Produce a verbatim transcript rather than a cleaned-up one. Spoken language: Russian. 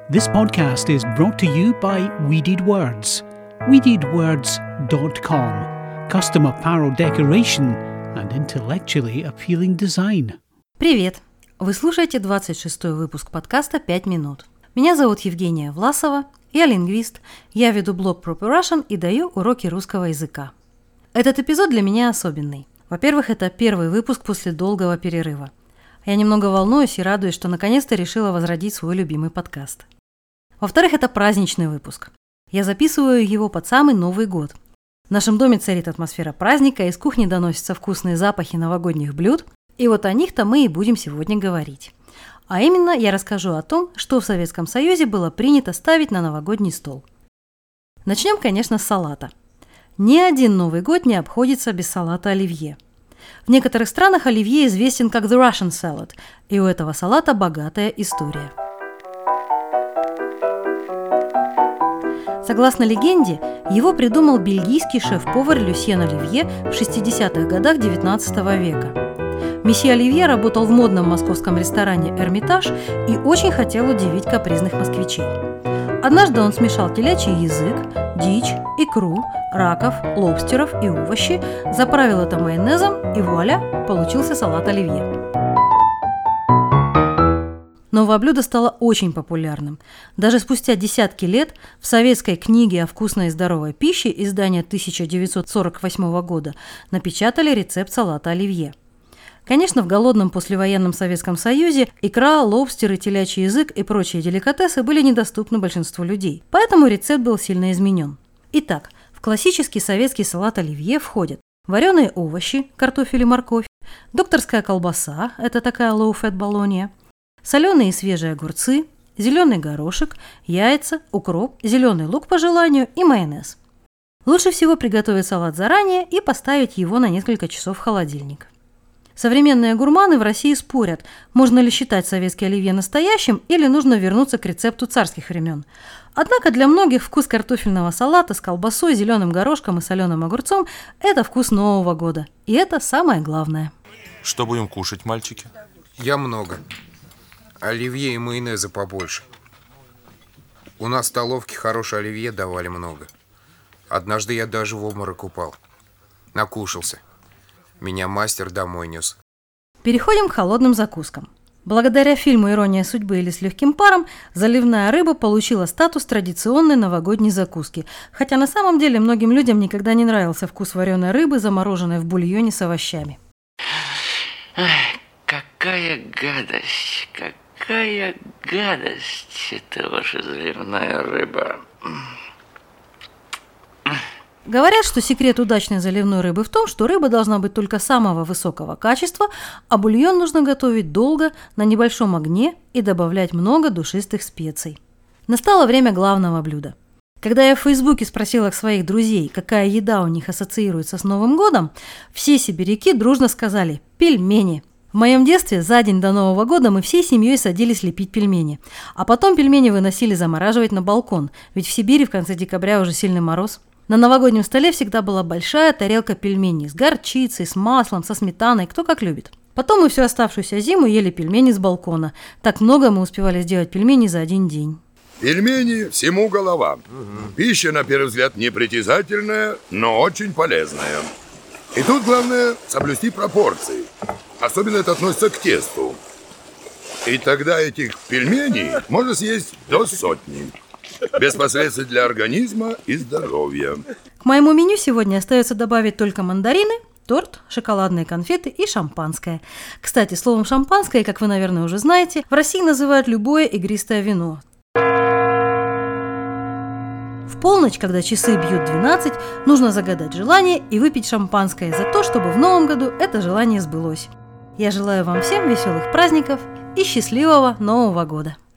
This podcast is brought to you by Weeded Words. weeded words dot com. Custom apparel decoration and intellectually appealing design. Привет! Вы слушаете двадцать шестой выпуск подкаста «пять минут». Меня зовут Евгения Власова, я лингвист, я веду блог Proper Russian и даю уроки русского языка. Этот эпизод для меня особенный. Во-первых, это первый выпуск после долгого перерыва. Я немного волнуюсь и радуюсь, что наконец-то решила возродить свой любимый подкаст. Во-вторых, это праздничный выпуск. Я записываю его под самый Новый год. В нашем доме царит атмосфера праздника, из кухни доносятся вкусные запахи новогодних блюд, и вот о них-то мы и будем сегодня говорить. А именно, я расскажу о том, что в Советском Союзе было принято ставить на новогодний стол. Начнем, конечно, с салата. Ни один Новый год не обходится без салата оливье. В некоторых странах оливье известен как the Russian salad, и у этого салата богатая история. Согласно легенде, его придумал бельгийский шеф-повар Люсьен Оливье в шестидесятых годах девятнадцатого века. Месье Оливье работал в модном московском ресторане «Эрмитаж» и очень хотел удивить капризных москвичей. Однажды он смешал телячий язык, дичь, икру, раков, лобстеров и овощи, заправил это майонезом и вуаля, получился салат оливье. Новое блюдо стало очень популярным. Даже спустя десятки лет в советской книге о вкусной и здоровой пище издания тысяча девятьсот сорок восьмого года напечатали рецепт салата оливье. Конечно, в голодном послевоенном Советском Союзе икра, лобстеры, телячий язык и прочие деликатесы были недоступны большинству людей, поэтому рецепт был сильно изменен. Итак, в классический советский салат оливье входят вареные овощи, картофель и морковь, докторская колбаса, это такая low-fat болонья, соленые и свежие огурцы, зеленый горошек, яйца, укроп, зеленый лук по желанию и майонез. Лучше всего приготовить салат заранее и поставить его на несколько часов в холодильник. Современные гурманы в России спорят, можно ли считать советский оливье настоящим или нужно вернуться к рецепту царских времен. Однако для многих вкус картофельного салата с колбасой, зеленым горошком и соленым огурцом – это вкус Нового года. И это самое главное. Что будем кушать, мальчики? Я много. Оливье и майонеза побольше. У нас в столовке хорошее оливье давали много. Однажды я даже в обморок упал. Накушался. Меня мастер домой нес. Переходим к холодным закускам. Благодаря фильму «Ирония судьбы» или «С легким паром» заливная рыба получила статус традиционной новогодней закуски. Хотя на самом деле многим людям никогда не нравился вкус вареной рыбы, замороженной в бульоне с овощами. Ай, какая гадость, какая гадость, это ваша заливная рыба. Говорят, что секрет удачной заливной рыбы в том, что рыба должна быть только самого высокого качества, а бульон нужно готовить долго, на небольшом огне и добавлять много душистых специй. Настало время главного блюда. Когда я в Фейсбуке спросила своих друзей, какая еда у них ассоциируется с Новым годом, все сибиряки дружно сказали «пельмени». В моем детстве за день до Нового года мы всей семьей садились лепить пельмени, а потом пельмени выносили замораживать на балкон, ведь в Сибири в конце декабря уже сильный мороз. На новогоднем столе всегда была большая тарелка пельменей с горчицей, с маслом, со сметаной, кто как любит. Потом мы всю оставшуюся зиму ели пельмени с балкона. Так много мы успевали сделать пельменей за один день. Пельмени всему голова. Угу. Пища, на первый взгляд, непритязательная, но очень полезная. И тут главное соблюсти пропорции. Особенно это относится к тесту. И тогда этих пельменей можно съесть до сотни. Без последствий для организма и здоровья. К моему меню сегодня остается добавить только мандарины, торт, шоколадные конфеты и шампанское. Кстати, словом шампанское, как вы, наверное, уже знаете, в России называют любое игристое вино. В полночь, когда часы бьют двенадцать, нужно загадать желание и выпить шампанское за то, чтобы в новом году это желание сбылось. Я желаю вам всем веселых праздников и счастливого Нового года!